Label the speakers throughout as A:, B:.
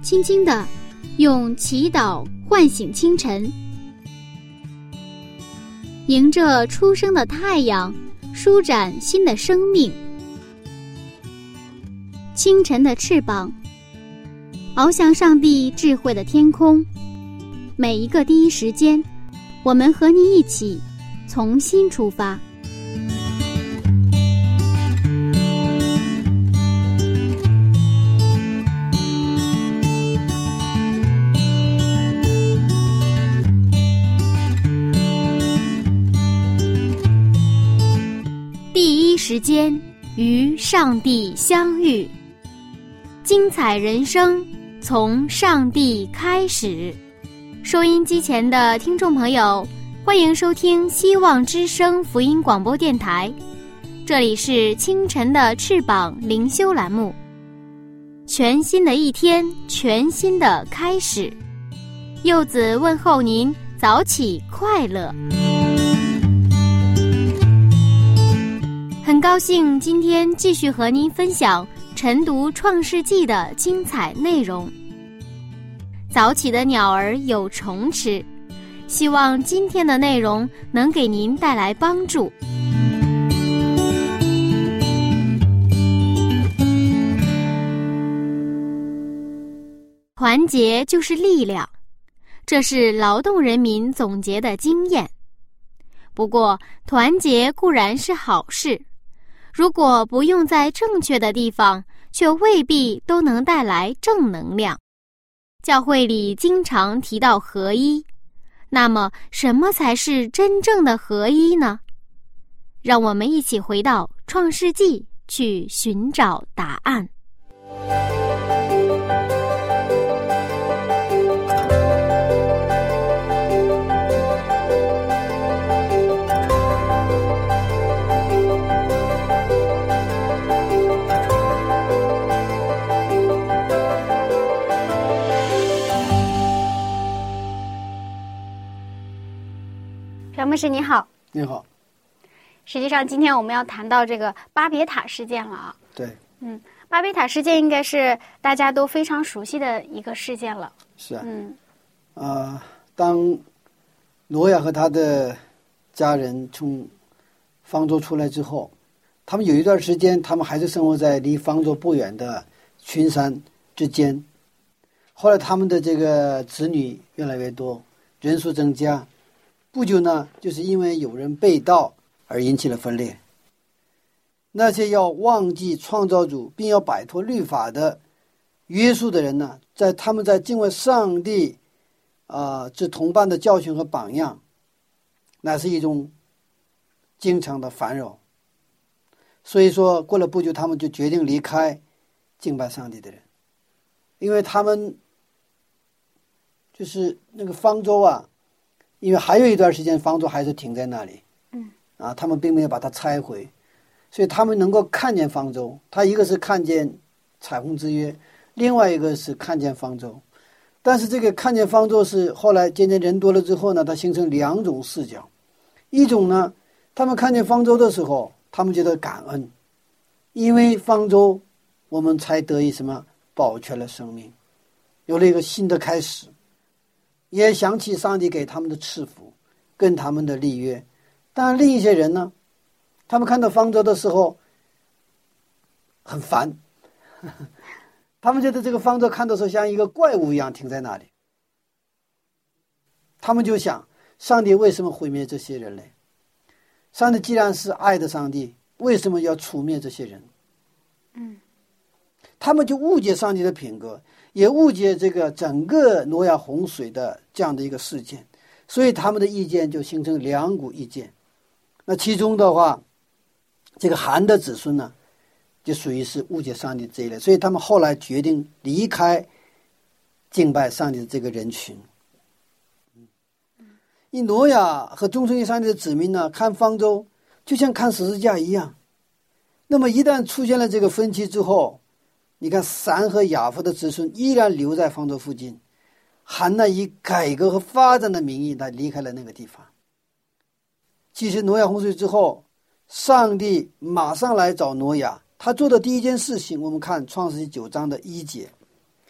A: 轻轻地用祈祷唤醒清晨，迎着初升的太阳，舒展新的生命。清晨的翅膀翱翔上帝智慧的天空，每一个第一时间，我们和你一起从新出发。第一时间与上帝相遇，精彩人生从上帝开始。收音机前的听众朋友，欢迎收听希望之声福音广播电台，这里是清晨的翅膀灵修栏目。全新的一天，全新的开始，柚子问候您早起快乐。很高兴今天继续和您分享晨读创世纪的精彩内容。早起的鸟儿有虫吃，希望今天的内容能给您带来帮助。团结就是力量，这是劳动人民总结的经验。不过，团结固然是好事，如果不用在正确的地方，却未必都能带来正能量。教会里经常提到合一，那么什么才是真正的合一呢？让我们一起回到创世纪去寻找答案。
B: 朴牧师你好。
C: 你好。
B: 实际上今天我们要谈到这个巴别塔事件了啊。
C: 对。
B: 巴别塔事件应该是大家都非常熟悉的一个事件了。
C: 是啊。当挪亚和他的家人从方舟出来之后，他们有一段时间他们还是生活在离方舟不远的群山之间。后来他们的这个子女越来越多，人数增加，不久呢，就是因为有人背道而引起了分裂。那些要忘记创造主并要摆脱律法的约束的人呢，他们在敬畏上帝之同伴的教训和榜样，乃是一种经常的烦扰。所以说过了不久，他们就决定离开敬拜上帝的人，因为他们就是那个方舟因为还有一段时间方舟还是停在那里，他们并没有把它拆毁，所以他们能够看见方舟。他一个是看见彩虹之约，另外一个是看见方舟。但是这个看见方舟是后来渐渐人多了之后呢，它形成两种视角。一种呢，他们看见方舟的时候，他们觉得感恩，因为方舟我们才得以保全了生命，有了一个新的开始。也想起上帝给他们的赐福跟他们的立约。但另一些人呢，他们看到方舟的时候很烦，他们觉得这个方舟看的时候像一个怪物一样停在那里。他们就想，上帝为什么毁灭这些人类？上帝既然是爱的上帝，为什么要除灭这些人？他们就误解上帝的品格，也误解这个整个挪亚洪水的这样的一个事件，所以他们的意见就形成两股意见。那其中的话，这个含的子孙呢，就属于是误解上帝这一类，所以他们后来决定离开敬拜上帝的这个人群。以挪亚和忠诚于上帝的子民呢，看方舟就像看十字架一样。那么一旦出现了这个分歧之后，你看闪和雅弗的子孙依然留在方舟附近，含呢以改革和发展的名义，他离开了那个地方。其实挪亚洪水之后，上帝马上来找挪亚，他做的第一件事情，我们看创世纪9章的1节，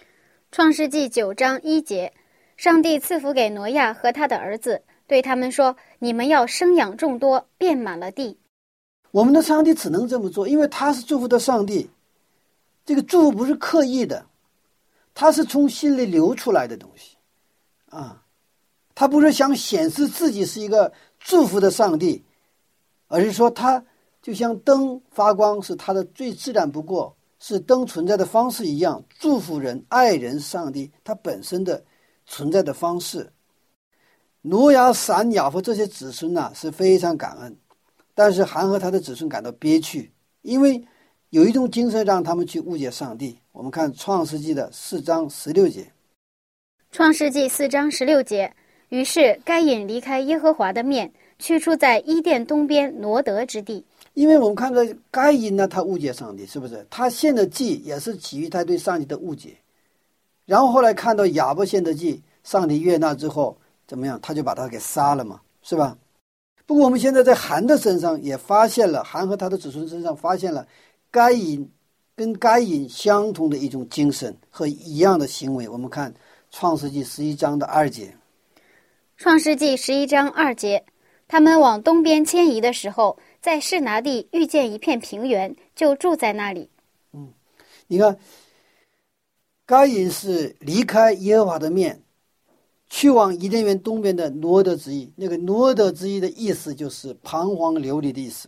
B: 创世纪9章1节，上帝赐福给挪亚和他的儿子，对他们说：你们要生养众多，遍满了地。
C: 我们的上帝只能这么做，因为他是祝福的上帝。这个祝福不是刻意的，他是从心里流出来的东西啊。他不是想显示自己是一个祝福的上帝，而是说他就像灯发光是他的最自然不过，是灯存在的方式一样，祝福人、爱人，上帝他本身的存在的方式。挪亚、闪、雅弗这些子孙是非常感恩，但是含和他的子孙感到憋屈，因为有一种精神让他们去误解上帝。我们看创世纪的4章16节。
B: 创世纪4章16节，于是该隐离开耶和华的面，去处在伊甸东边挪得之地。
C: 因为我们看到该隐他误解上帝，是不是？他献的祭也是基于他对上帝的误解。然后后来看到亚伯献的祭，上帝悦纳之后怎么样？他就把他给杀了嘛，是吧？不过我们现在在韩的身上也发现了，韩和他的子孙身上发现了该隐跟该隐相同的一种精神和一样的行为。我们看创世纪11章的2节。
B: 创世纪11章2节，他们往东边迁移的时候，在示拿地遇见一片平原，就住在那里。
C: 你看该隐是离开耶和华的面，去往伊甸园东边的挪得之地。那个挪得之地的意思就是彷徨流离的意思。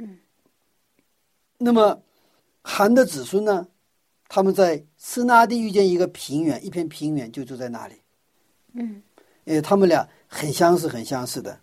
C: 那么韩的子孙呢，他们在示拿地遇见一个平原，一片平原，就住在那里。他们俩很相似的。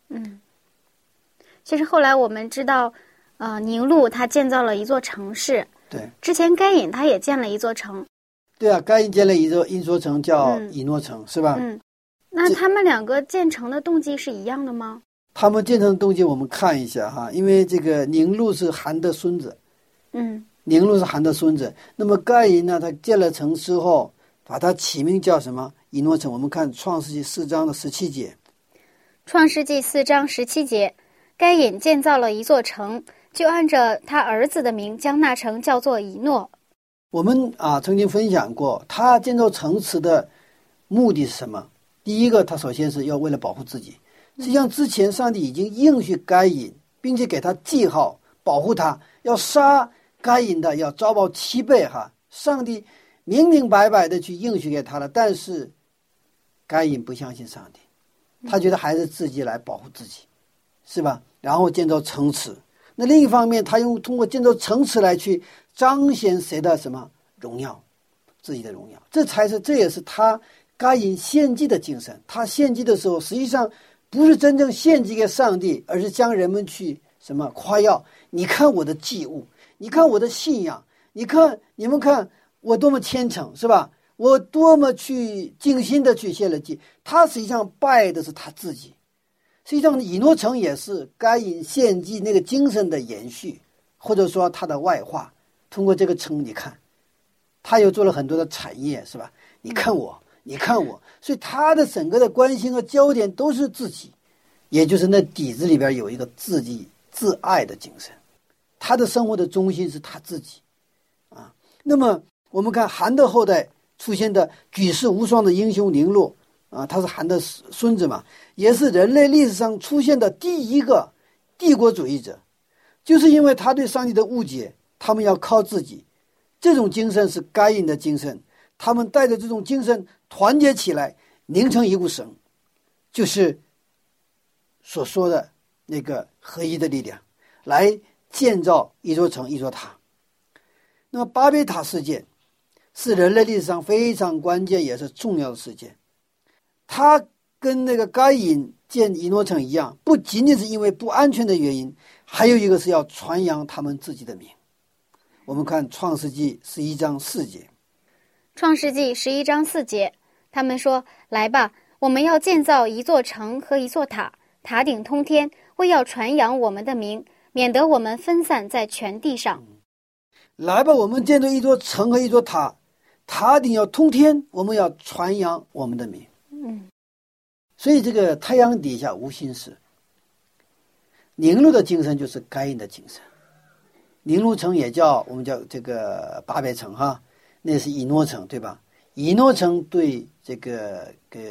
B: 其实后来我们知道宁录他建造了一座城市。
C: 对，
B: 之前该隐他也建了一座城。
C: 对啊，该隐建了一座城叫以诺城，是吧？
B: 那他们两个建城的动机是一样的吗？
C: 他们建城的动机我们看一下哈，因为这个宁录是韩的孙子。宁录是韩的孙子。那么该隐呢，他建了城之后，把他起名叫什么？以诺城。我们看创世纪4章的17节。
B: 创世纪4章17节，该隐建造了一座城，就按着他儿子的名将那城叫做以诺。
C: 我们曾经分享过，他建造城池的目的是什么？第一个，他首先是要为了保护自己。实际上之前上帝已经应许该隐，并且给他记号保护他，要杀该隐的要遭报7倍哈。上帝明明白白的去应许给他了，但是该隐不相信上帝，他觉得还是自己来保护自己，是吧？然后建造城池。那另一方面，他通过建造城池来去彰显谁的什么荣耀，自己的荣耀。这也是他该隐献祭的精神。他献祭的时候，实际上不是真正献祭给上帝，而是将人们去什么夸耀。你看我的祭物，你看我的信仰，你们看我多么虔诚，是吧？我多么去精心的去献了祭。他实际上拜的是他自己。实际上以诺城也是该隐献祭那个精神的延续，或者说他的外化。通过这个城，你看他又做了很多的产业，是吧？你看我，所以他的整个的关心和焦点都是自己，也就是那底子里边有一个自己自爱的精神。他的生活的中心是他自己那么我们看韩的后代出现的举世无双的英雄宁录他是韩的孙子嘛，也是人类历史上出现的第一个帝国主义者。就是因为他对上帝的误解，他们要靠自己。这种精神是该隐的精神，他们带着这种精神团结起来，凝成一股绳，就是所说的那个合一的力量，来建造一座城一座塔。那么巴别塔事件是人类历史上非常关键也是重要的事件。它跟那个该隐建以诺城一样，不仅仅是因为不安全的原因，还有一个是要传扬他们自己的名。我们看创世纪11章4节。
B: 创世纪11章4节，他们说：来吧，我们要建造一座城和一座塔，塔顶通天，为要传扬我们的名，免得我们分散在全地上。
C: 来吧，我们建造一座城和一座塔，塔顶要通天，我们要传扬我们的名。所以这个太阳底下无心事。宁录的精神就是该隐的精神。宁录城也叫我们叫这个巴别城哈，那是以诺城对吧？ 以诺城对这个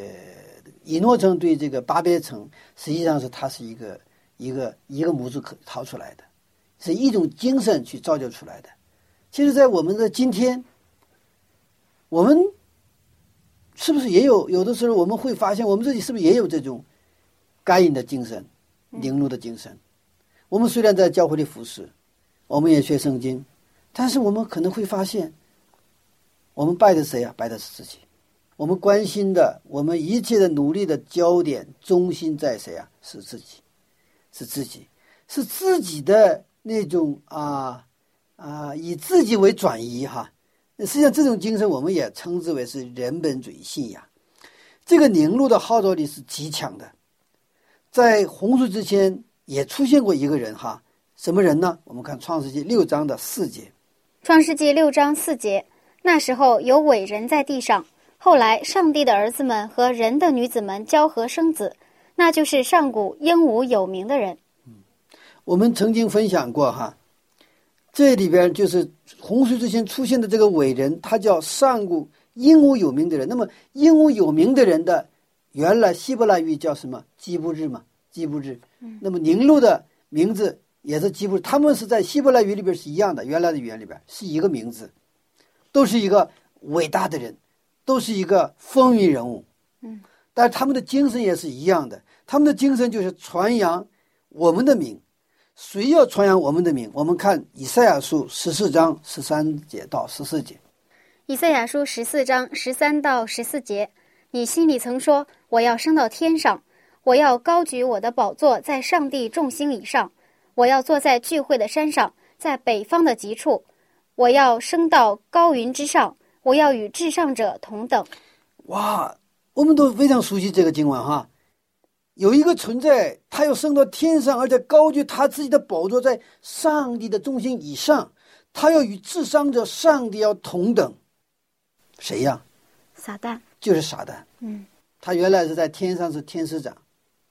C: 巴别城，实际上是它是一个模子陶出来的，是一种精神去造就出来的。其实在我们的今天，我们是不是也有的时候我们会发现我们自己是不是也有这种该隐的精神、凝露的精神？我们虽然在教会里服侍，我们也学圣经，但是我们可能会发现，我们拜的谁啊？拜的是自己。我们关心的，我们一切的努力的焦点中心在谁啊？是自己，是自己的那种以自己为转移哈。实际上这种精神我们也称之为是人本主义信仰。这个凝露的号召力是极强的。在洪水之前也出现过一个人哈，什么人呢？我们看创世纪6章的4节。
B: 创世纪6章4节，那时候有伟人在地上，后来上帝的儿子们和人的女子们交合生子，那就是上古英武有名的人。
C: 我们曾经分享过哈，这里边就是洪水之前出现的这个伟人，他叫上古英武有名的人。那么英武有名的人的原来希伯来语叫什么？基布日嘛，基布日。那么凝露的名字也是基布日，他们是在希伯来语里边是一样的，原来的语言里边是一个名字，都是一个伟大的人，都是一个风云人物。但是他们的精神也是一样的，他们的精神就是传扬我们的名。谁要传扬我们的名？我们看以赛亚书14章13节到14节。
B: 以赛亚书14章13到14节，你心里曾说，我要升到天上，我要高举我的宝座在上帝众星以上，我要坐在聚会的山上，在北方的极处，我要升到高云之上，我要与至上者同等。
C: 哇，我们都非常熟悉这个经文哈。有一个存在，他要升到天上，而且高举他自己的宝座在上帝的中心以上，他要与至上者上帝要同等。谁呀？
B: 撒旦。
C: 就是撒旦。他原来是在天上是天使长，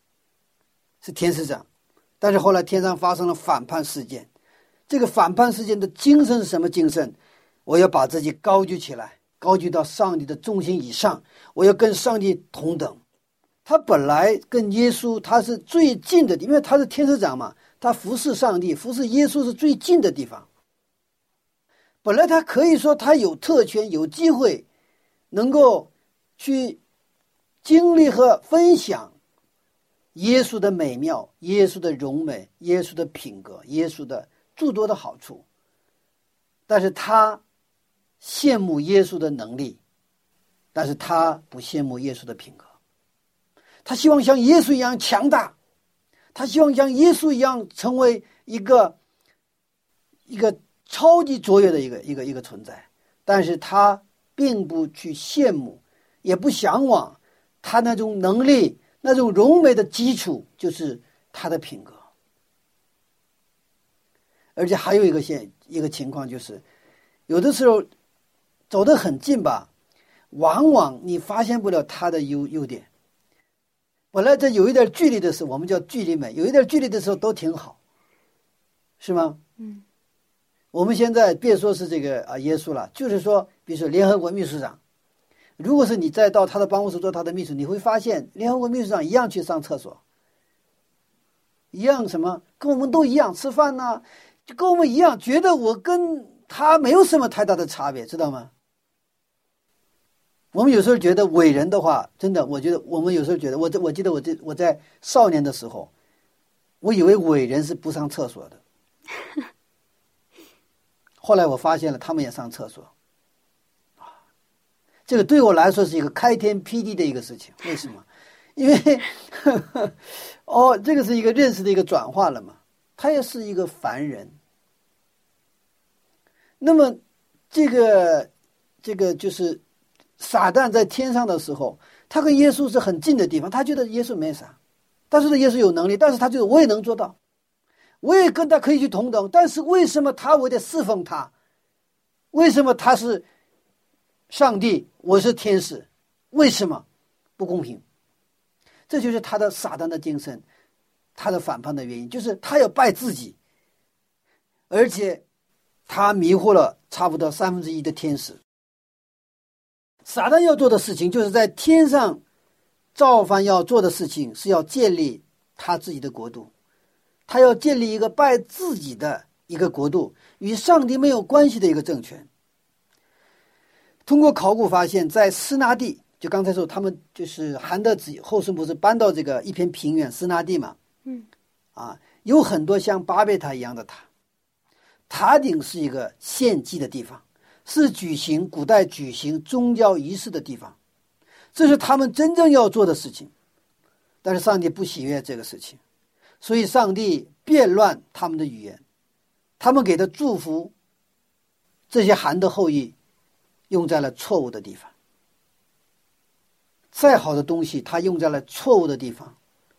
C: 但是后来天上发生了反叛事件。这个反叛事件的精神是什么精神？我要把自己高举起来，高举到上帝的中心以上，我要跟上帝同等。他本来跟耶稣他是最近的，因为他是天使长嘛，他服侍上帝服侍耶稣是最近的地方。本来他可以说他有特权有机会能够去经历和分享耶稣的美妙，耶稣的荣美，耶稣的品格，耶稣的诸多的好处。但是他羡慕耶稣的能力，但是他不羡慕耶稣的品格。他希望像耶稣一样强大，他希望像耶稣一样成为一个超级卓越的一个存在，但是他并不去羡慕，也不向往他那种能力，那种荣美的基础就是他的品格。而且还有一个情况，就是有的时候走得很近吧，往往你发现不了他的优点。本来这有一点距离的时候，我们叫距离美，有一点距离的时候都挺好，是吗？我们现在别说是这个耶稣了，就是说比如说联合国秘书长，如果是你再到他的办公室做他的秘书，你会发现联合国秘书长一样去上厕所，一样什么跟我们都一样吃饭呢，就跟我们一样，觉得我跟他没有什么太大的差别，知道吗？我们有时候觉得伟人的话，真的，我觉得我们有时候觉得，我记得我在少年的时候，我以为伟人是不上厕所的，后来我发现了他们也上厕所，这个对我来说是一个开天辟地的一个事情。为什么？因为这个是一个认识的一个转化了嘛，他也是一个凡人。那么这个就是撒旦在天上的时候，他跟耶稣是很近的地方，他觉得耶稣没啥，但是耶稣有能力，但是他觉得我也能做到，我也跟他可以去同等，但是为什么我得侍奉他？为什么他是上帝，我是天使？为什么不公平？这就是他的撒旦的精神，他的反叛的原因，就是他要拜自己，而且他迷惑了差不多1/3的天使。 撒旦要做的事情，就是在天上造反要做的事情，是要建立他自己的国度，他要建立一个拜自己的一个国度，与上帝没有关系的一个政权。通过考古发现，在斯拿地，就刚才说他们就是韩德子后世不是搬到这个一片平原斯拿地嘛，有很多像巴别塔一样的塔，塔顶是一个献祭的地方，是古代举行宗教仪式的地方，这是他们真正要做的事情。但是上帝不喜悦这个事情，所以上帝变乱他们的语言，他们给的祝福，这些韩的后裔用在了错误的地方。再好的东西，他用在了错误的地方，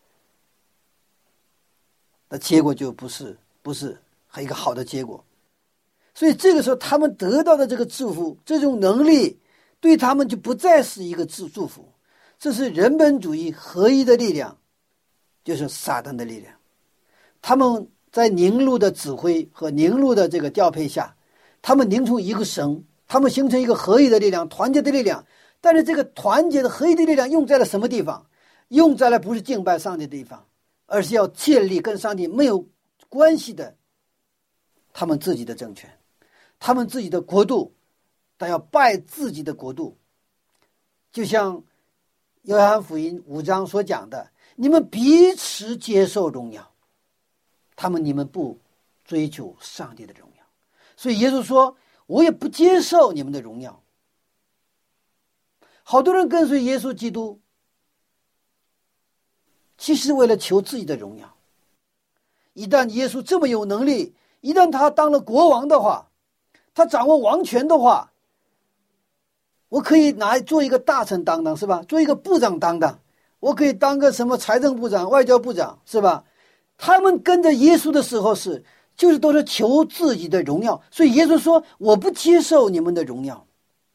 C: 那结果就不是一个好的结果。所以这个时候他们得到的这个祝福，这种能力对他们就不再是一个祝福，这是人本主义合一的力量，就是撒旦的力量。他们在宁录的指挥和宁录的这个调配下，他们凝成一个绳，他们形成一个合一的力量，团结的力量。但是这个团结的合一的力量用在了什么地方？用在了不是敬拜上帝的地方，而是要建立跟上帝没有关系的他们自己的政权，他们自己的国度，但要拜自己的国度。就像约翰福音5章所讲的，你们彼此接受荣耀，你们不追求上帝的荣耀。所以耶稣说，我也不接受你们的荣耀。好多人跟随耶稣基督，其实为了求自己的荣耀。一旦耶稣这么有能力，一旦他当了国王的话，他掌握王权的话，我可以做一个大臣当当，是吧？做一个部长当当，我可以当个什么财政部长、外交部长，是吧？他们跟着耶稣的时候都是求自己的荣耀。所以耶稣说，我不接受你们的荣耀。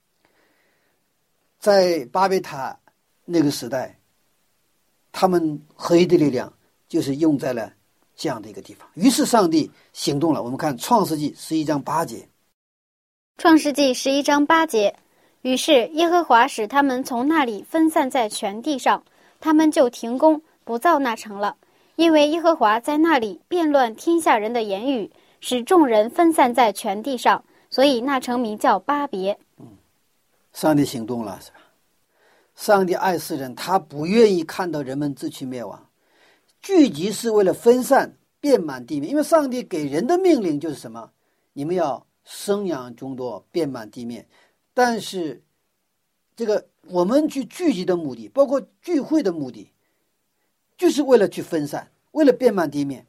C: 在巴别塔那个时代，他们合一的力量就是用在了这样的一个地方。于是上帝行动了。我们看创世纪11章8节。
B: 创世纪11章8节，于是耶和华使他们从那里分散在全地上，他们就停工不造那城了，因为耶和华在那里变乱天下人的言语，使众人分散在全地上，所以那城名叫巴别。
C: 上帝行动了，是吧？上帝爱世人，他不愿意看到人们自取灭亡。聚集是为了分散，遍满地面。因为上帝给人的命令就是什么？你们要生养众多，遍满地面。但是这个我们去聚集的目的，包括聚会的目的，就是为了去分散，为了遍满地面，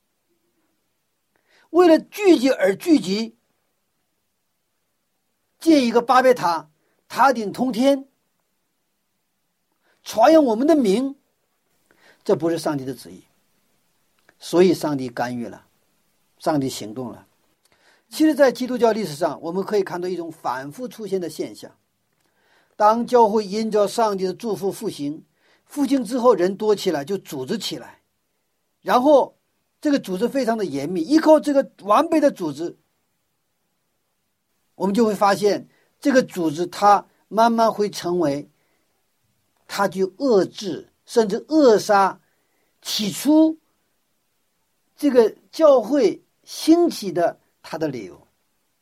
C: 为了聚集而聚集，建一个巴别塔，塔顶通天，传扬我们的名，这不是上帝的旨意。所以上帝干预了，上帝行动了。其实在基督教历史上，我们可以看到一种反复出现的现象。当教会因着上帝的祝福复兴之后，人多起来就组织起来，然后这个组织非常的严密，依靠这个完备的组织，我们就会发现这个组织它慢慢会成为，它去遏制甚至扼杀起初这个教会兴起的它的理由。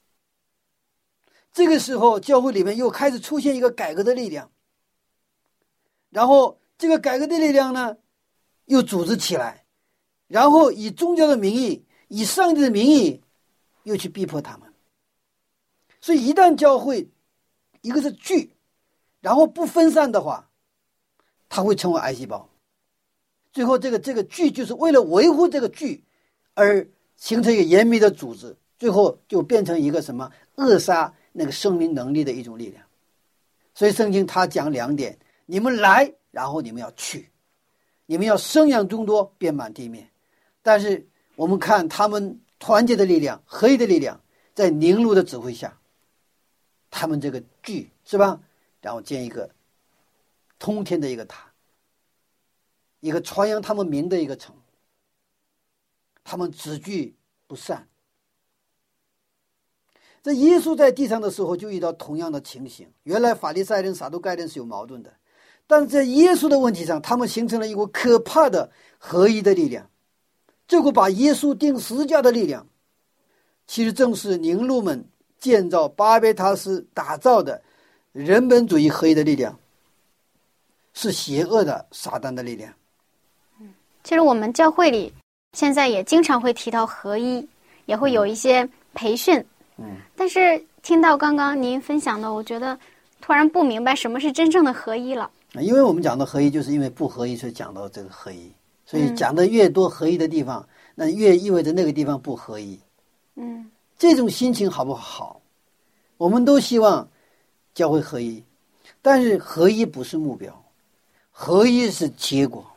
C: 这个时候教会里面又开始出现一个改革的力量，然后这个改革的力量呢又组织起来，然后以宗教的名义，以上帝的名义又去逼迫他们。所以一旦教会一个是聚，然后不分散的话，它会成为癌细胞。最后这个聚就是为了维护这个聚而形成一个严密的组织，最后就变成一个什么扼杀那个生命能力的一种力量。所以圣经它讲2点，你们来，然后你们要去，你们要生养众多，遍满地面。但是我们看他们团结的力量，合一的力量，在宁录的指挥下，他们这个聚，是吧？然后建一个通天的一个塔，一个传扬他们名的一个城，他们只聚不散。 这耶稣在地上的时候就遇到同样的情形。原来法利赛人撒都该人是有矛盾的，但是在耶稣的问题上，他们形成了一股可怕的合一的力量。这股把耶稣钉十字架的力量，其实正是宁路们建造巴别塔斯打造的人本主义合一的力量，是邪恶的撒旦的力量。
B: 其实我们教会里现在也经常会提到合一，也会有一些培训。但是听到刚刚您分享的，我觉得突然不明白什么是真正的合一了。
C: 因为我们讲的合一，就是因为不合一，所以讲到这个合一。所以讲的越多合一的地方，那越意味着那个地方不合一。这种心情好不好？我们都希望教会合一，但是合一不是目标，合一是结果。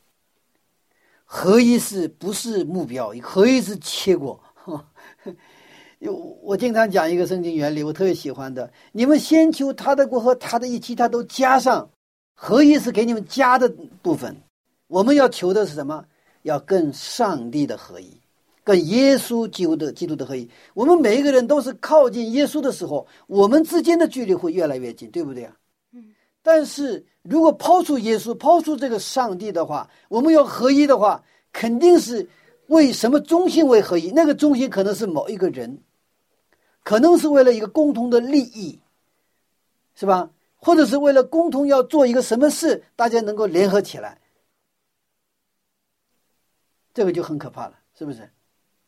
C: 合一是不是目标？合一是结果。我经常讲一个圣经原理，我特别喜欢的，你们先求他的国和他的义，其他都加上。合一是给你们加的部分，我们要求的是什么？要跟上帝的合一，跟耶稣基督的合一。我们每一个人都是靠近耶稣的时候，我们之间的距离会越来越近，对不对啊？但是如果抛出耶稣，抛出这个上帝的话，我们要合一的话，肯定是为什么中心为合一？那个中心可能是某一个人，可能是为了一个共同的利益，是吧？或者是为了共同要做一个什么事，大家能够联合起来，这个就很可怕了，是不是？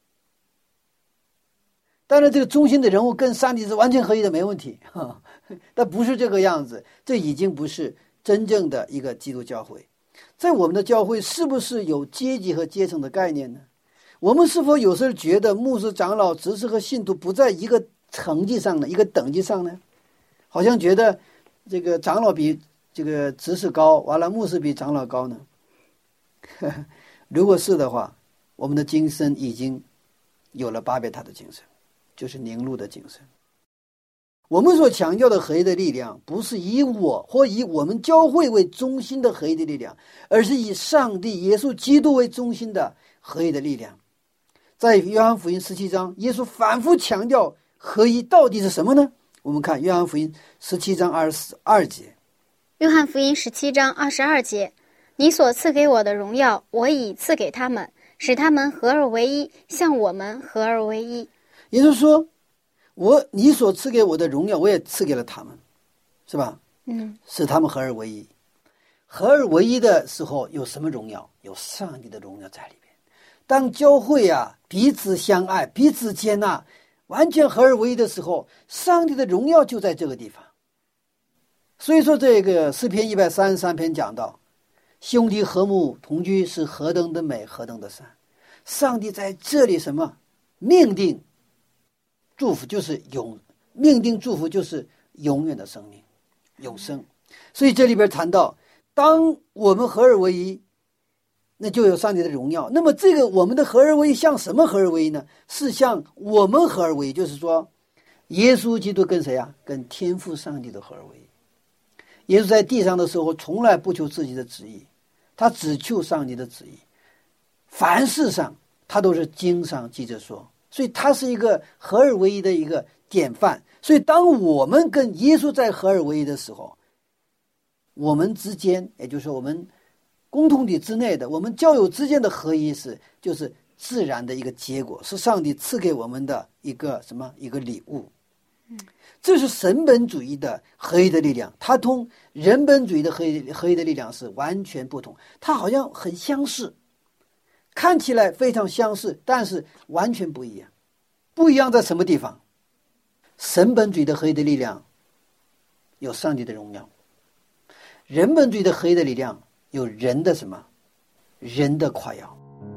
C: 当然这个中心的人物跟上帝是完全合一的，没问题，但不是这个样子，这已经不是真正的一个基督教会。在我们的教会是不是有阶级和阶层的概念呢？我们是否有时候觉得牧师、长老、执事和信徒不在一个层级上呢，一个等级上呢？好像觉得这个长老比这个执事高，完了牧师比长老高呢？如果是的话，我们的精神已经有了巴别塔的精神，就是宁路的精神。我们所强调的合一的力量，不是以我或以我们教会为中心的合一的力量，而是以上帝耶稣基督为中心的合一的力量。在约翰福音17章，耶稣反复强调合一到底是什么呢？我们看约翰福音17章22节。
B: 约翰福音17章22节，你所赐给我的荣耀，我已赐给他们，使他们合而为一，像我们合而为一。
C: 也就是说，你所赐给我的荣耀，我也赐给了他们，是吧？使他们合而为一。合而为一的时候有什么荣耀？有上帝的荣耀在里边。当教会彼此相爱，彼此接纳，完全合而为一的时候，上帝的荣耀就在这个地方。所以说这个诗篇133篇讲到，兄弟和睦同居是何等的美，何等的善。上帝在这里什么？命定祝福，就是命定祝福就是永远的生命，永生。所以这里边谈到，当我们合而为一，那就有上帝的荣耀。那么这个我们的合而为一像什么合而为一呢？是像我们合而为一，就是说耶稣基督跟谁啊？跟天父上帝的合而为一。耶稣在地上的时候从来不求自己的旨意，他只求上帝的旨意，凡事上他都是经上记着说，所以他是一个合而为一的一个典范。所以当我们跟耶稣在合而为一的时候，我们之间，也就是说我们共同体之内的，我们教友之间的合一就是自然的一个结果，是上帝赐给我们的一个一个礼物。这是神本主义的合一的力量，它同人本主义的合一的力量是完全不同。它好像很相似，看起来非常相似，但是完全不一样。不一样在什么地方？神本主义的合一的力量有上帝的荣耀，人本主义的合一的力量有人的人的夸耀。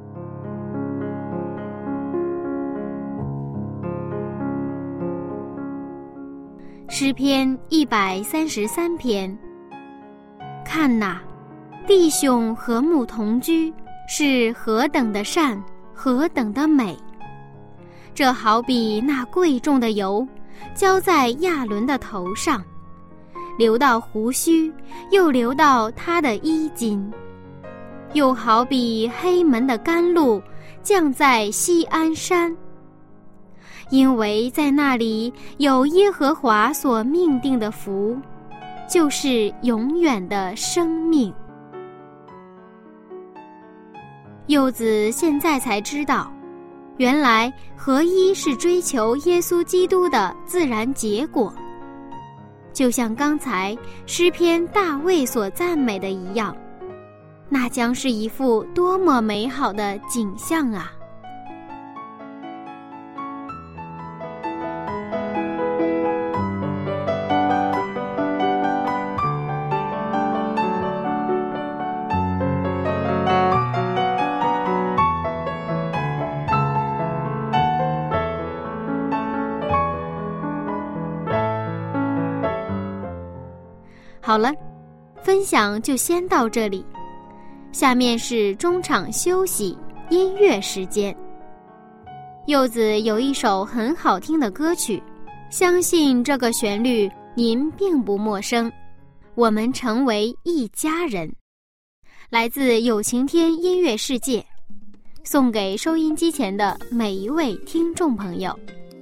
A: 诗篇133篇，看哪，弟兄和睦同居，是何等的善，何等的美！这好比那贵重的油，浇在亚伦的头上，流到胡须，又流到他的衣襟；又好比黑门的甘露，降在锡安山。 因为在那里有耶和华所命定的福，就是永远的生命。柚子现在才知道，原来合一是追求耶稣基督的自然结果，就像刚才诗篇大卫所赞美的一样，那将是一幅多么美好的景象啊！好了，分享就先到这里，下面是中场休息音乐时间。柚子有一首很好听的歌曲，相信这个旋律您并不陌生，我们成为一家人，来自有晴天音乐世界，送给收音机前的每一位听众朋友。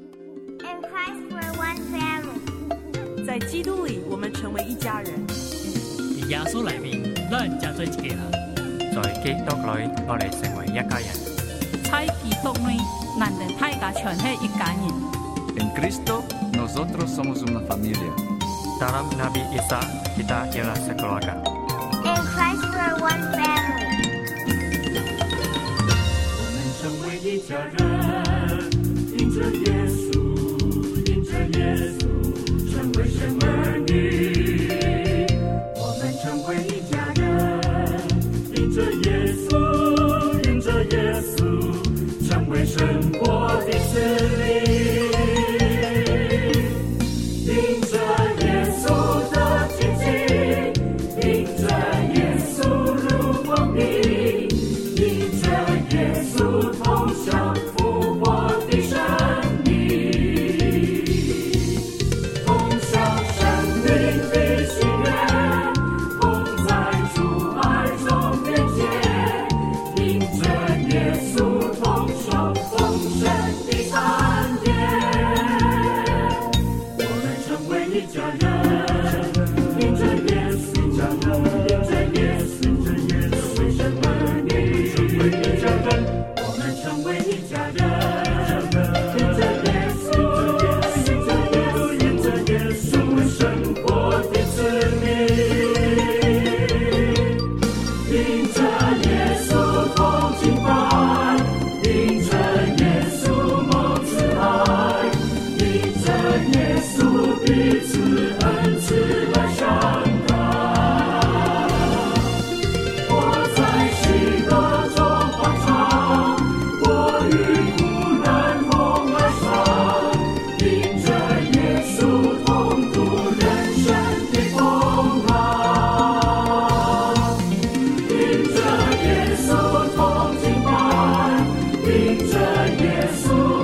D: 在基督里，我们成为一家人。
E: 在耶穌裏面，咱就做一家人。
F: 在基督裏，我哋成為一家人。
G: 在基督裏，咱哋大家全係一家人。
H: En Cristo, nosotros somos una familia.
F: Dalam Nabi Isa, kita ialah sekeluarga.
I: In Christ we're one family.
J: 我们成为一家人，因着耶稣，因着耶稣。成为神儿女，我们成为一家人，因着耶稣，因着耶稣，成为神国的子民，因着耶稣的亲近，因着耶稣入光明，因着耶稣同享复活的生命。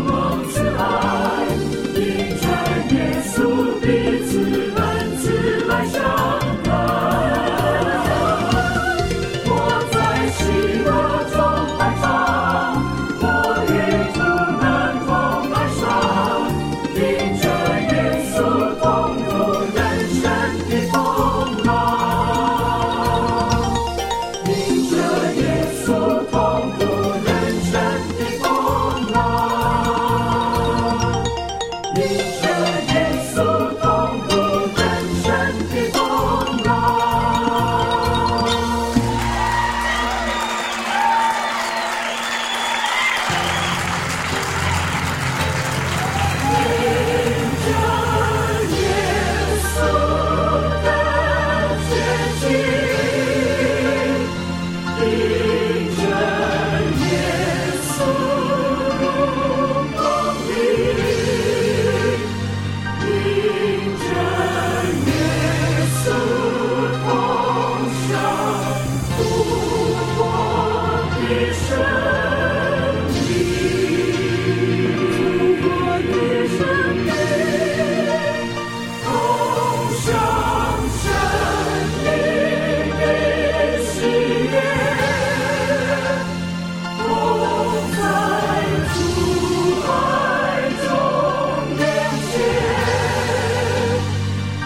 J: 彼此恩赐。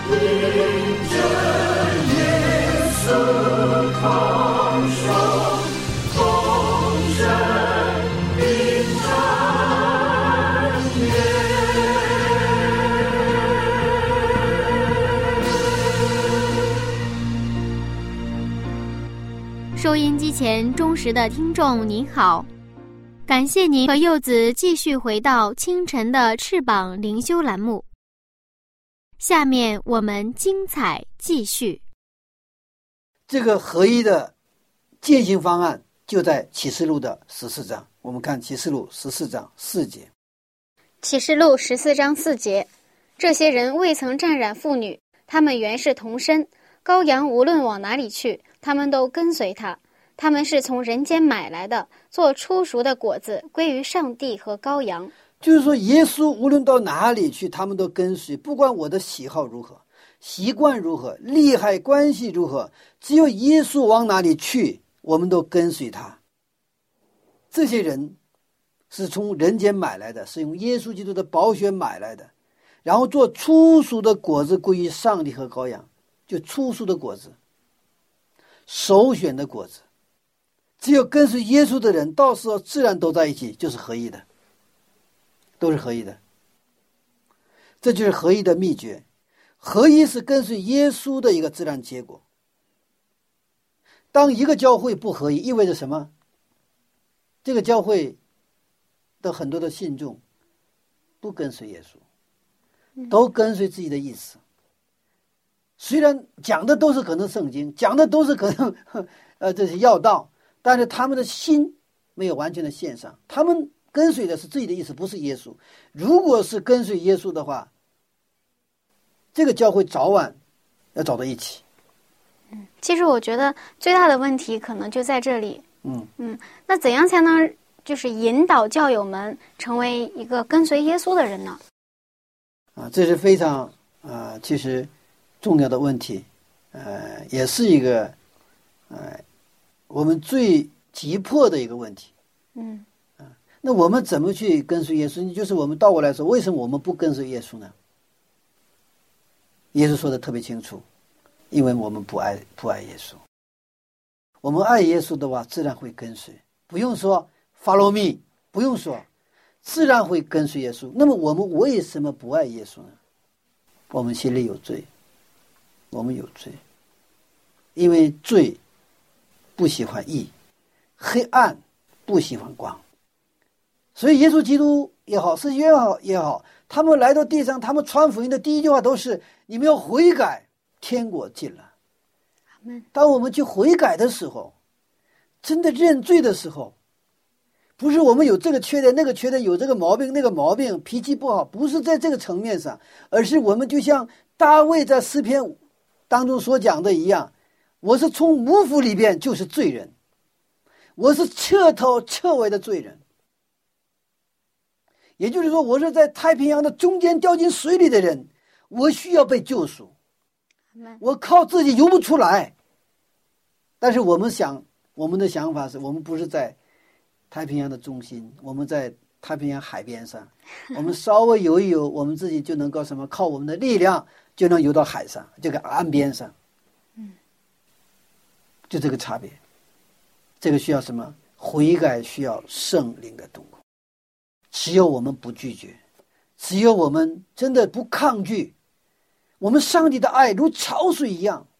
A: 收音机前忠实的听众您好，感谢您和柚子继续回到清晨的翅膀灵修栏目。下面我们精彩继续。
C: 这个合一的践行方案就在启示录的14章，我们看启示录14章4节。
B: 启示录14章4节，这些人未曾沾染妇女，他们原是同身，羔羊无论往哪里去，他们都跟随他。他们是从人间买来的，做初熟的果子，归于上帝和羔羊。
C: 就是说耶稣无论到哪里去，他们都跟随，不管我的喜好如何，习惯如何，利害关系如何，只有耶稣往哪里去，我们都跟随他。这些人是从人间买来的，是用耶稣基督的宝血买来的，然后做初熟的果子归于上帝和羔羊。就初熟的果子，首选的果子，只有跟随耶稣的人，到时候自然都在一起，就是合一的，都是合一的。这就是合一的秘诀。合一是跟随耶稣的一个自然结果。当一个教会不合一，意味着什么？这个教会的很多的信众不跟随耶稣，都跟随自己的意思。虽然讲的都是可能圣经，讲的都是可能这些要道，但是他们的心没有完全的献上，他们跟随的是自己的意思，不是耶稣。如果是跟随耶稣的话，这个教会早晚要走到一起。
B: 其实我觉得最大的问题可能就在这里。那怎样才能就是引导教友们成为一个跟随耶稣的人呢？
C: 这是非常其实重要的问题，也是一个我们最急迫的一个问题。那我们怎么去跟随耶稣？就是我们倒过来说，为什么我们不跟随耶稣呢？耶稣说的特别清楚，因为我们不爱耶稣。我们爱耶稣的话，自然会跟随，不用说 follow me， 不用说，自然会跟随耶稣。那么我们为什么不爱耶稣呢？我们心里有罪，我们有罪，因为罪不喜欢义，黑暗不喜欢光。所以耶稣基督也好，施洗约翰也好，他们来到地上，他们传福音的第一句话都是：你们要悔改，天国近了。当我们去悔改的时候，真的认罪的时候，不是我们有这个缺点那个缺点，有这个毛病那个毛病，脾气不好，不是在这个层面上，而是我们就像大卫在诗篇当中所讲的一样，我是从母腹里边就是罪人，我是彻头彻尾的罪人。也就是说，我是在太平洋的中间掉进水里的人，我需要被救赎，我靠自己游不出来。但是我们的想法是，我们不是在太平洋的中心，我们在太平洋海边上，我们稍微游一游，我们自己就能够什么，靠我们的力量就能游到海上，这个岸边上。就这个差别。这个需要什么？悔改需要圣灵的动工。只有我们不拒绝，只有我们真的不抗拒，我们上帝的爱如潮水一样，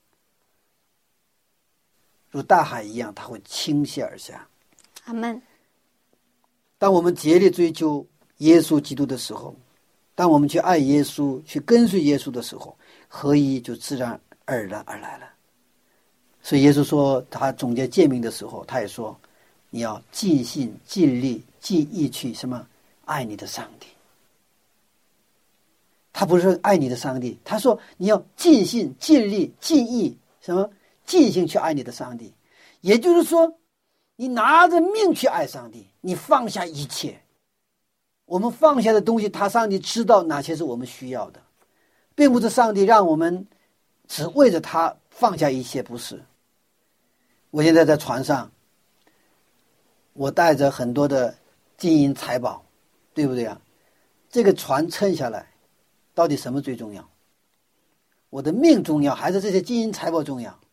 C: 如大海一样，它会倾泻而下。
B: 阿们。
C: 当我们竭力追求耶稣基督的时候，当我们去爱耶稣，去跟随耶稣的时候，合一就自然而然而来了。所以耶稣说，他总结诫命的时候，他也说，你要尽心尽力尽意去什么爱你的上帝。他不是说爱你的上帝，他说你要尽心尽力尽意什么尽心去爱你的上帝。也就是说，你拿着命去爱上帝，你放下一切。我们放下的东西，上帝知道哪些是我们需要的，并不是上帝让我们只为着他放下一切，不是。我现在在船上，我带着很多的金银财宝，对不对啊？这个船撑下来，到底什么最重要？ 我的命重要，还是这些金银财宝重要？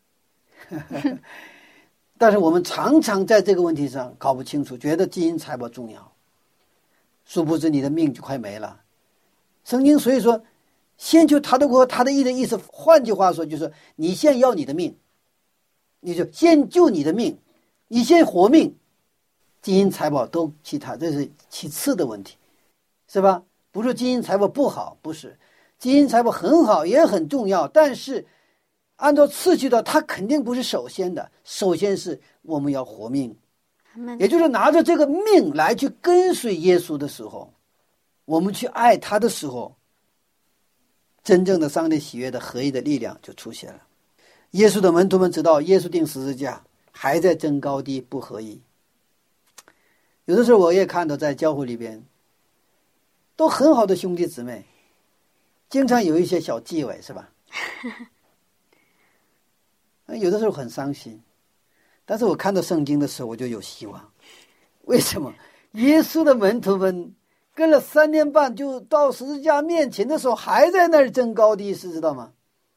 C: 但是我们常常在这个问题上搞不清楚，觉得金银财宝重要，殊不知你的命就快没了。圣经所以说先求他的国和他的义的意思，换句话说就是你先要你的命，你就先救你的命，你先活命，金银财宝都其他，这是其次的问题，是吧？不是金银财宝不好，不是，金银财宝很好也很重要，但是按照次序的，它肯定不是首先的，首先是我们要活命，也就是拿着这个命来去跟随耶稣的时候，我们去爱他的时候，真正的上帝喜悦的合一的力量就出现了。耶稣的门徒们知道耶稣钉十字架还在争高低不合一。有的时候我也看到在教会里边都很好的兄弟姊妹，经常有一些小忌讳，是吧？有的时候很伤心，但是我看到圣经的时候我就有希望。为什么？耶稣的门徒们跟了3年半，就到十字架面前的时候还在那儿争高低，是知道吗？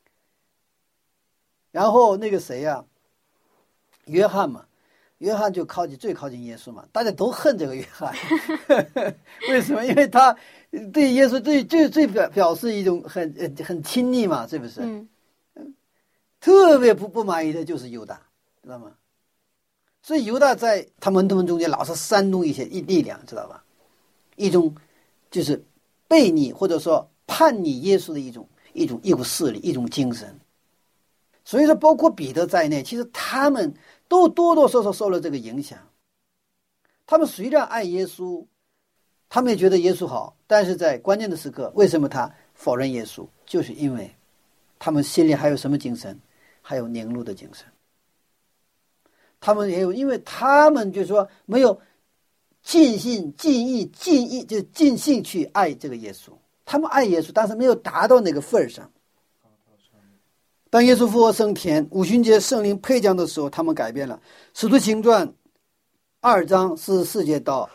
C: 然后那个谁呀，约翰嘛，约翰就最靠近耶稣嘛，大家都恨这个约翰。为什么？因为他对耶稣最表示一种很亲昵嘛，是不是？特别不满意的就是犹大，知道吗？所以犹大在他门徒们中间老是煽动一些力量，知道吧？一种就是背逆或者说叛逆耶稣的一股势力，一种精神。所以说包括彼得在内，其实他们都多多少少受了这个影响。他们虽然爱耶稣，他们也觉得耶稣好，但是在关键的时刻，为什么他否认耶稣？就是因为他们心里还有什么精神？还有凝露的精神。他们也有，因为他们就说没有尽心尽意就尽兴去爱这个耶稣，他们爱耶稣，但是没有达到那个份上。当耶稣复活升天，五旬节圣灵配降的时候，他们改变了。使徒行传2章44节到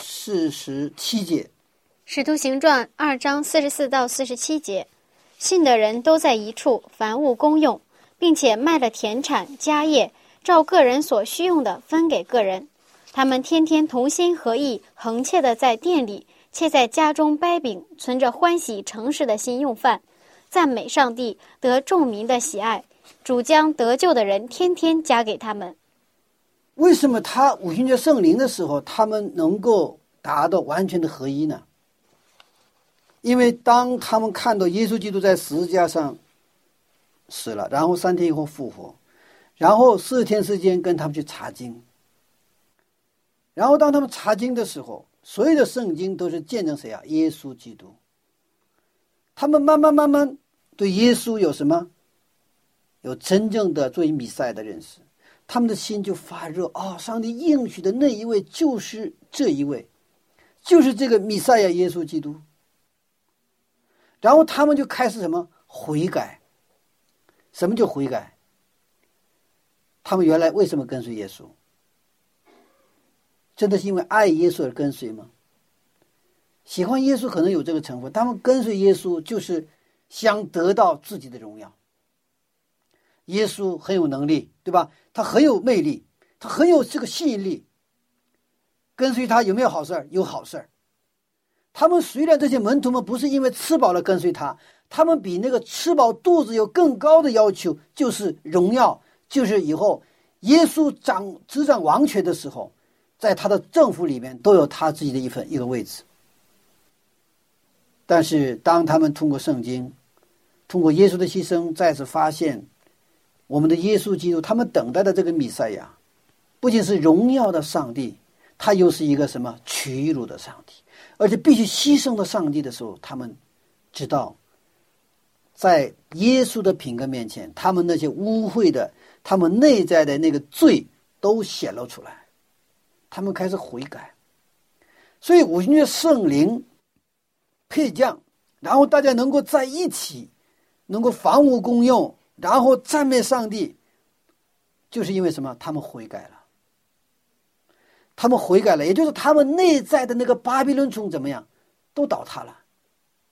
C: 47节。
B: 使徒行传2章44到47节，信的人都在一处，凡物公用，并且卖了田产家业，照个人所需用的分给个人。他们天天同心合意，恒切的在店里，且在家中掰饼，存着欢喜诚实的心用饭，赞美上帝，得众民的喜爱。主将得救的人天天加给他们。
C: 为什么他五旬节圣灵的时候，他们能够达到完全的合一呢？因为当他们看到耶稣基督在十字架上死了，然后3天以后复活，然后40天时间跟他们去查经，然后当他们查经的时候，所有的圣经都是见证谁啊？耶稣基督。他们慢慢对耶稣有什么？有真正的作为弥赛亚的认识，他们的心就发热啊！上帝应许的那一位就是这一位，就是这个弥赛亚耶稣基督。然后他们就开始什么？悔改。什么叫悔改？他们原来为什么跟随耶稣？真的是因为爱耶稣而跟随吗？喜欢耶稣可能有这个成分，他们跟随耶稣就是想得到自己的荣耀。耶稣很有能力，对吧？他很有魅力，他很有这个吸引力。跟随他有没有好事？有好事。他们虽然这些门徒们不是因为吃饱了跟随他，他们比那个吃饱肚子有更高的要求，就是荣耀，就是以后耶稣执掌王权的时候，在他的政府里面都有他自己的一个位置。但是当他们通过圣经，通过耶稣的牺牲，再次发现我们的耶稣基督，他们等待的这个弥赛亚不仅是荣耀的上帝，他又是一个什么？屈辱的上帝，而且必须牺牲的上帝的时候，他们知道在耶稣的品格面前，他们那些污秽的，他们内在的那个罪都显露出来，他们开始悔改。所以五旬节圣灵配降，然后大家能够在一起，能够房屋公用，然后赞美上帝，就是因为什么？他们悔改了。也就是他们内在的那个巴比伦城怎么样？都倒塌了，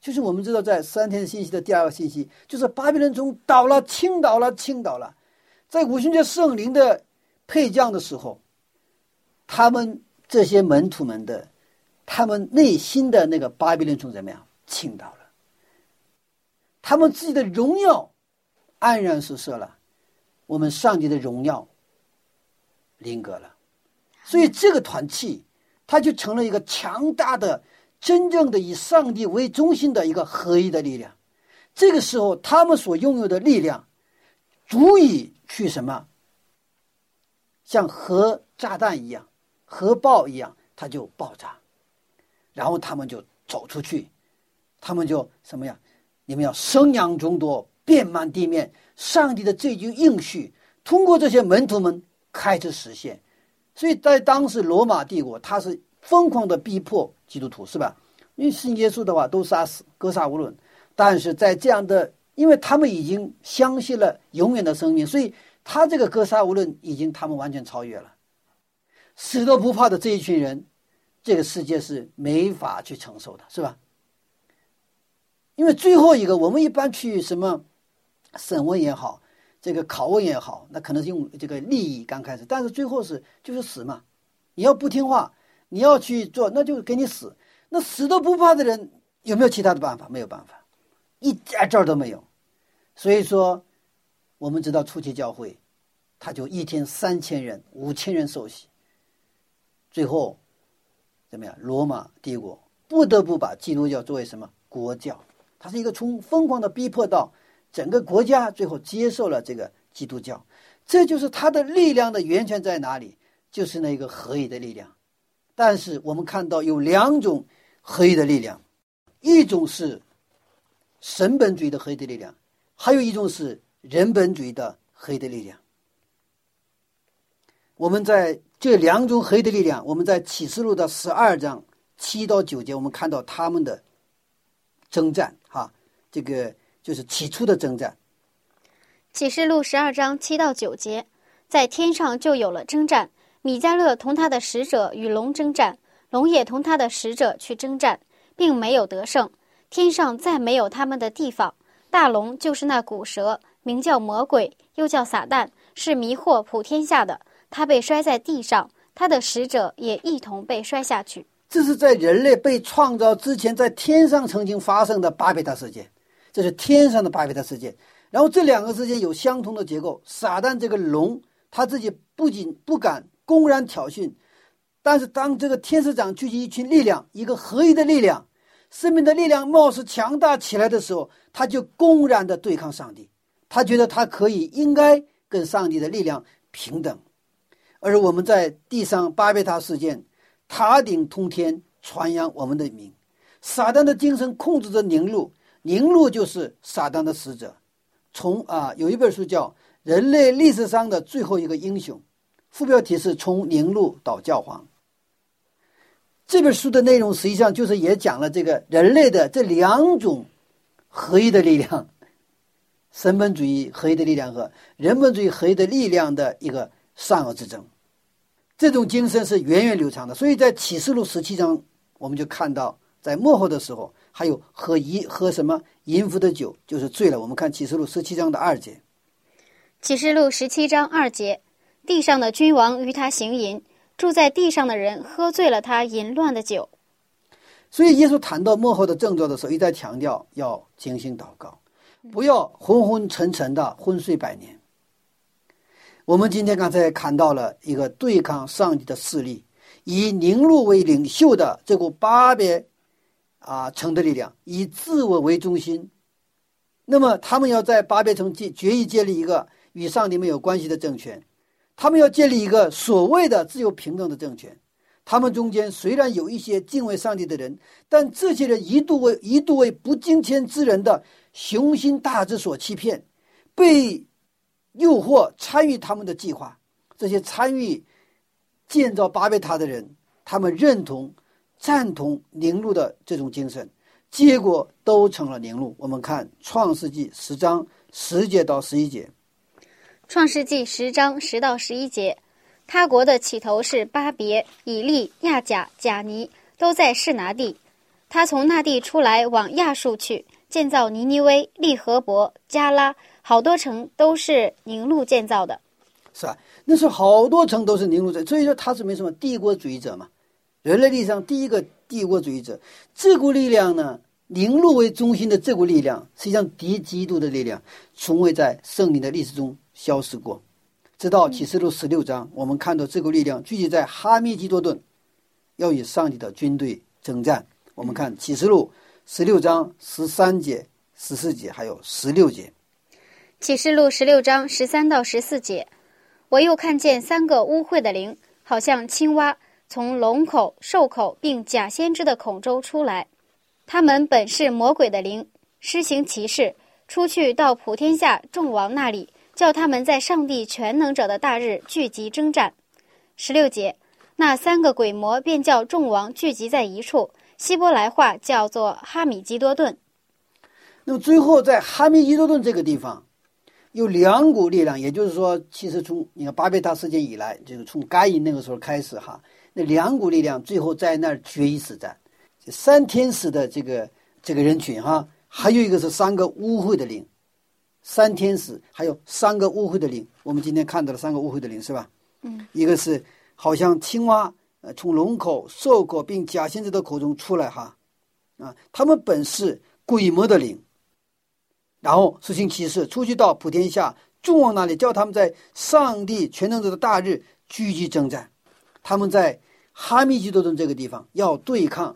C: 就是我们知道在3天信息的第2个信息，就是巴比伦城倒了，倾倒了。在五旬节圣灵的配降的时候，他们这些门徒们的他们内心的那个巴比伦城怎么样？倾倒了，他们自己的荣耀黯然失色了，我们上帝的荣耀临格了。所以这个团契它就成了一个强大的真正的以上帝为中心的一个合一的力量。这个时候他们所拥有的力量足以去什么，像核炸弹一样，核爆一样，它就爆炸，然后他们就走出去，他们就什么呀？你们要生养众多，遍满地面。上帝的这句应许通过这些门徒们开始实现。所以在当时罗马帝国，他是疯狂的逼迫基督徒，是吧？因为信耶稣的话都杀死，格杀无论。但是在这样的，因为他们已经相信了永远的生命，所以他这个格杀无论已经他们完全超越了。死都不怕的这一群人，这个世界是没法去承受的，是吧？因为最后一个，我们一般去什么审问也好，这个拷问也好，那可能是用这个利益刚开始，但是最后就是死嘛。你要不听话，你要去做，那就给你死。那死都不怕的人有没有其他的办法？没有办法，一点招都没有。所以说我们知道初期教会他就一天3000人5000人受洗，最后怎么样？罗马帝国不得不把基督教作为什么国教，它是一个从疯狂的逼迫到整个国家最后接受了这个基督教。这就是它的力量的源泉在哪里？就是那个合一的力量。但是我们看到有2种合一的力量，一种是神本主义的合一的力量，还有一种是人本主义的合一的力量。我们在这2种合一的力量，我们在启示录的12章7到9节，我们看到他们的征战这个就是起初的征战。
B: 启示录12章7到9节，在天上就有了征战，米迦勒同他的使者与龙征战，龙也同他的使者去征战，并没有得胜。天上再没有他们的地方。大龙就是那古蛇，名叫魔鬼，又叫撒旦，是迷惑普天下的。他被摔在地上，他的使者也一同被摔下去。
C: 这是在人类被创造之前，在天上曾经发生的巴别塔事件，这是天上的巴别塔事件。然后这2个之间有相同的结构。撒旦这个龙，他自己不仅不敢公然挑衅，但是当这个天使长聚集一群力量，一个合一的力量，生命的力量貌似强大起来的时候，他就公然的对抗上帝。他觉得他可以应该跟上帝的力量平等。而我们在地上巴别塔事件，塔顶通天，传扬我们的名。撒旦的精神控制着宁录，宁录就是撒旦的使者。有一本书叫《人类历史上的最后一个英雄》，副标题是从宁录到教皇。这本书的内容实际上就是也讲了这个人类的这2种合一的力量，神本主义合一的力量和人本主义合一的力量的一个善恶之争。这种精神是源远流长的。所以在启示录17章我们就看到，在末后的时候还有喝什么淫妇的酒，就是醉了。我们看启示录17章的2节。
B: 启示录17章2节，地上的君王与他行淫，住在地上的人喝醉了他淫乱的酒。
C: 所以耶稣谈到末后的症状的时候，一再强调要精心祷告，不要昏昏沉沉的昏睡百年。我们今天刚才看到了一个对抗上帝的势力，以宁录为领袖的这股巴别城的力量，以自我为中心。那么他们要在巴别城决意建立一个与上帝没有关系的政权，他们要建立一个所谓的自由平等的政权。他们中间虽然有一些敬畏上帝的人，但这些人一度为不敬虔之人的雄心大志所欺骗，被诱惑参与他们的计划。这些参与建造巴别塔的人，他们赞同宁录的这种精神，结果都成了宁录。我们看创世纪10章10节到11节。
B: 创世纪10章10到11节，他国的起头是巴别、以利、亚甲、甲尼，都在示拿地。 他从那地出来，往亚述去，建造尼尼微、利河伯、加拉，好多城都是宁录建造的。
C: 是吧？那时候好多城都是宁录者，所以说他是没什么帝国主义者嘛，人类历史上第一个帝国主义者。这股力量呢，宁录为中心的这股力量，实际上敌基督的力量，从未在圣经的历史中消失过。直到启示录16章，我们看到这股力量聚集在哈密基多顿，要与上帝的军队征战。我们看启示录16章13节、14节，还有16节。
B: 启示录16章13到14节，我又看见3个污秽的灵，好像青蛙，从龙口、兽口并假先知的口中出来。他们本是魔鬼的灵，施行奇事，出去到普天下众王那里，叫他们在上帝全能者的大日聚集征战。16节，那3个鬼魔便叫众王聚集在一处，希伯来话叫做哈米基多顿。
C: 那么最后在哈密基多顿这个地方有2股力量，也就是说其实从你看巴别塔事件以来，就是从该隐那个时候开始哈，那2股力量最后在那儿决一死战。3天使的这个人群哈，还有一个是3个污秽的灵，3天使还有3个污秽的灵，我们今天看到了3个污秽的灵是吧？一个是好像青蛙从龙口、兽口并假先知的口中出来哈，他们本是鬼魔的灵，然后施行奇事，出去到普天下众王那里，叫他们在上帝全能者的大日聚集征战。他们在哈密基多顿这个地方要对抗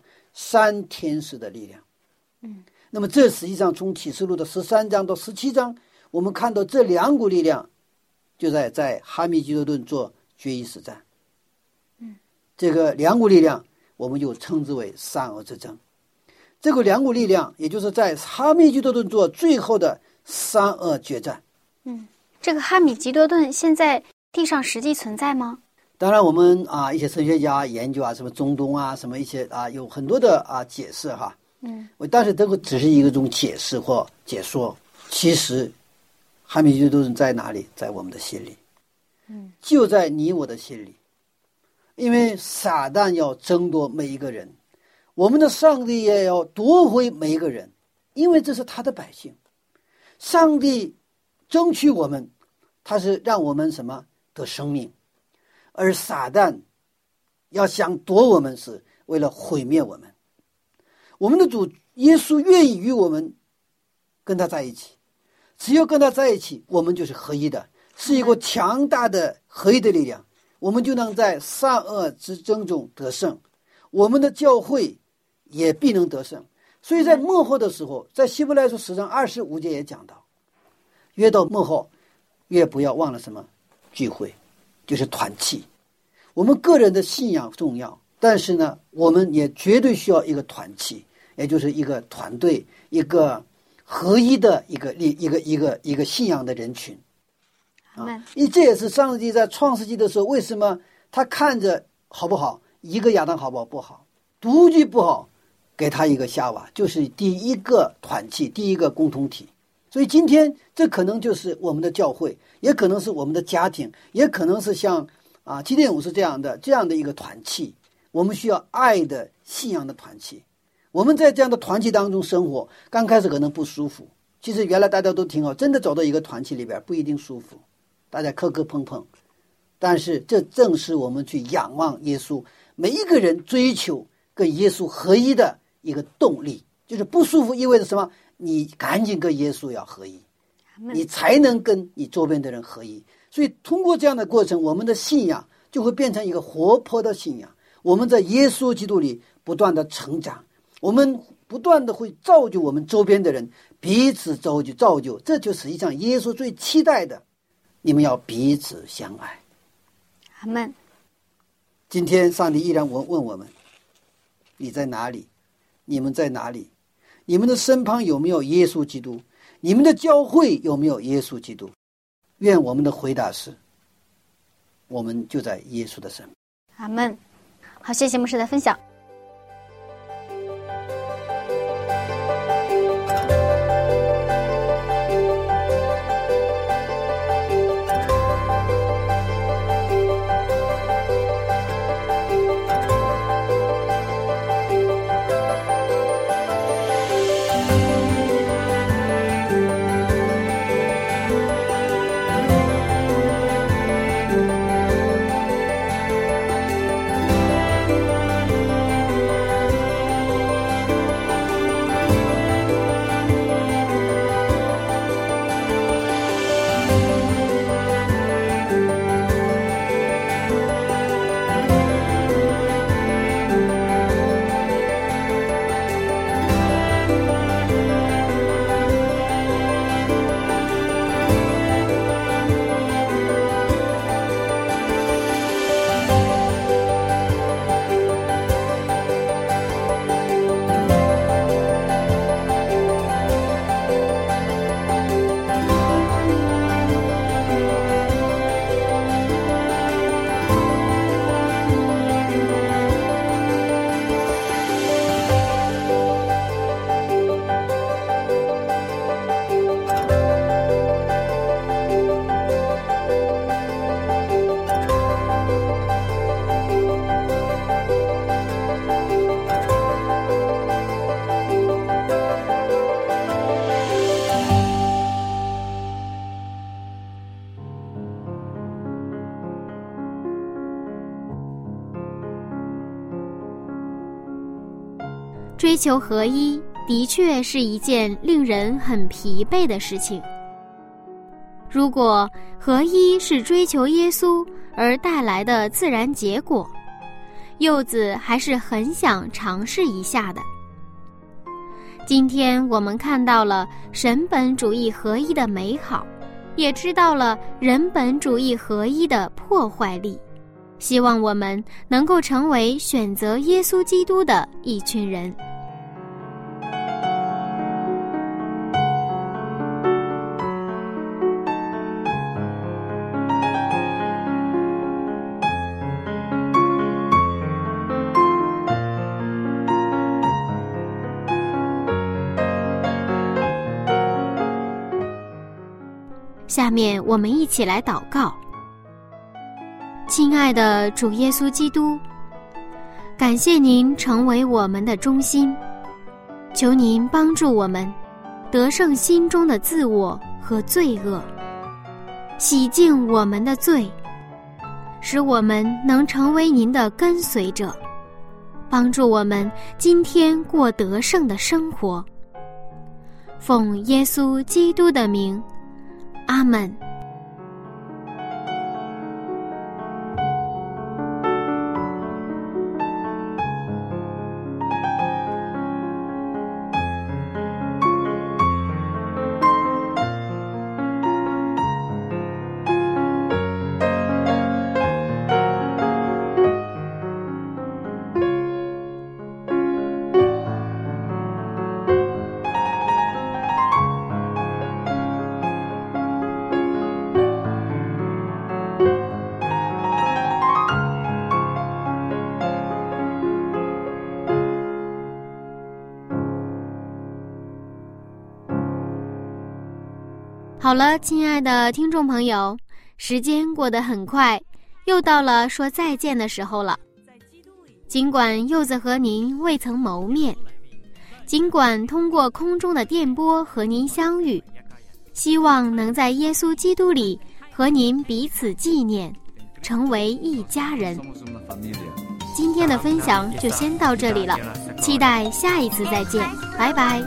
C: 3天使的力量。那么这实际上从启示录的13章到17章，我们看到这2股力量就在哈密基多顿做决一死战。这个2股力量我们就称之为善恶之争。这个2股力量也就是在哈密基多顿做最后的善恶决战。
B: 这个哈米基多顿现在地上实际存在吗？
C: 当然我们一些神学家研究什么中东什么一些有很多的解释哈。但是这个只是一种解释或解说，其实哈密基多顿在哪里？在我们的心里，就在你我的心里。因为撒旦要争夺每一个人，我们的上帝也要夺回每一个人，因为这是他的百姓。上帝争取我们，他是让我们什么得生命，而撒旦要想夺我们，是为了毁灭我们。我们的主耶稣愿意与我们跟他在一起，只有跟他在一起，我们就是合一的，是一个强大的合一的力量，我们就能在善恶之争中得胜，我们的教会也必能得胜。所以在末后的时候，在希伯来书10章25节也讲到，越到末后越不要忘了什么聚会，就是团契。我们个人的信仰重要，但是呢我们也绝对需要一个团契，也就是一个团队，一个合一的一个信仰的人群。这也是上帝在创世纪的时候，为什么他看着好不好，一个亚当好不好？不好，独居不好，给他一个夏娃，就是第一个团契，第一个共同体。所以今天这可能就是我们的教会，也可能是我们的家庭，也可能是像基甸武士这样的一个团契。我们需要爱的信仰的团契。我们在这样的团契当中生活，刚开始可能不舒服，其实原来大家都挺好，真的走到一个团契里边不一定舒服，大家磕磕碰碰，但是这正是我们去仰望耶稣，每一个人追求跟耶稣合一的一个动力。就是不舒服意味着什么？你赶紧跟耶稣要合一，你才能跟你周边的人合一。所以通过这样的过程，我们的信仰就会变成一个活泼的信仰，我们在耶稣基督里不断的成长，我们不断的会造就我们周边的人，彼此造就，这就实际上耶稣最期待的，你们要彼此相爱。
B: 阿们。
C: 今天上帝依然问我们，你在哪里？你们在哪里？你们的身旁有没有耶稣基督？你们的教会有没有耶稣基督？愿我们的回答是，我们就在耶稣的身边。
B: 阿们。好，谢谢牧师的分享。
A: 追求合一的确是一件令人很疲惫的事情。如果合一是追求耶稣而带来的自然结果，柚子还是很想尝试一下的。今天我们看到了神本主义合一的美好，也知道了人本主义合一的破坏力。希望我们能够成为选择耶稣基督的一群人。下面我们一起来祷告。亲爱的主耶稣基督，感谢您成为我们的中心，求您帮助我们得胜心中的自我和罪恶，洗净我们的罪，使我们能成为您的跟随者，帮助我们今天过得胜的生活。奉耶稣基督的名，阿们。好了，亲爱的听众朋友，时间过得很快，又到了说再见的时候了。尽管柚子和您未曾谋面，尽管通过空中的电波和您相遇，希望能在耶稣基督里和您彼此纪念，成为一家人。今天的分享就先到这里了，期待下一次再见，拜拜。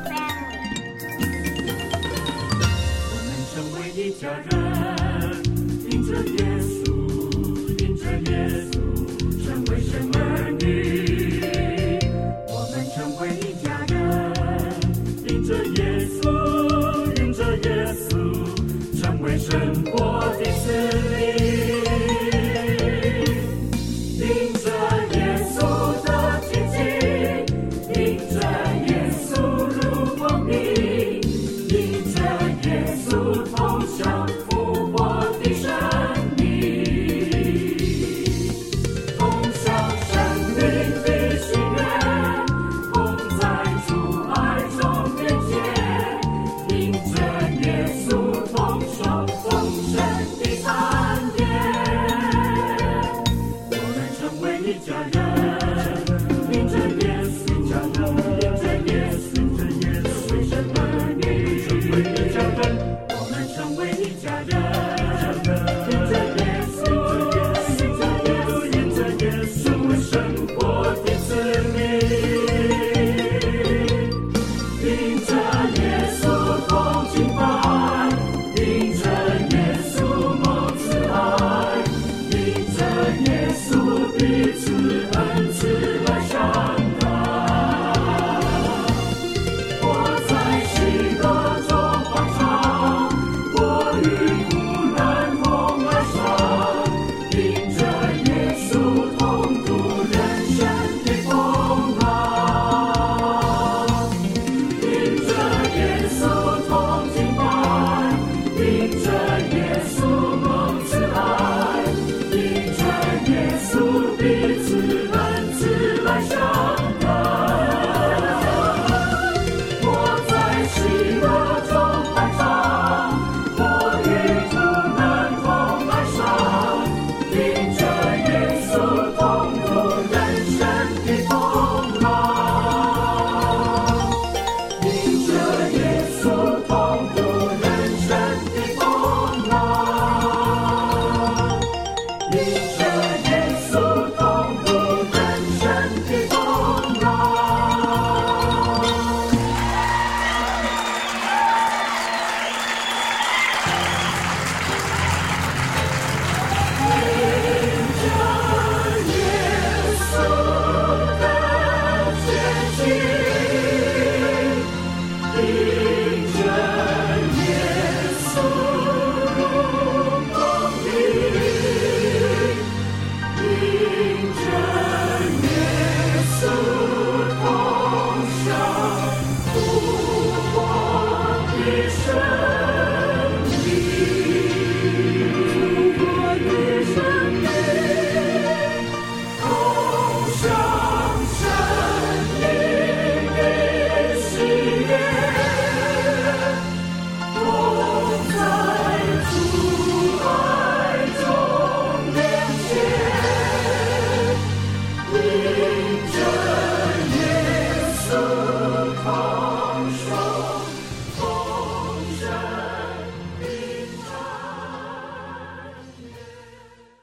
J: 一家人，因着耶稣，因着耶稣，成为神儿女。我们成为一家人，因着耶稣，因着耶稣，成为神国的子民。因着耶稣的奇迹，因着耶稣如光明，因着耶稣向复活的生命，同享生命的喜悦，同在主爱中连结，因着耶稣同受丰盛的恩典，我们成为一家人，因着耶稣，因着耶稣，为神儿女，成为一家人。成为一家人，因着耶稣，因着耶稣，生活的子民，因着耶稣同敬拜，因着耶稣蒙慈爱，因着耶稣彼此恩慈来相待，活在喜乐中欢唱。 福。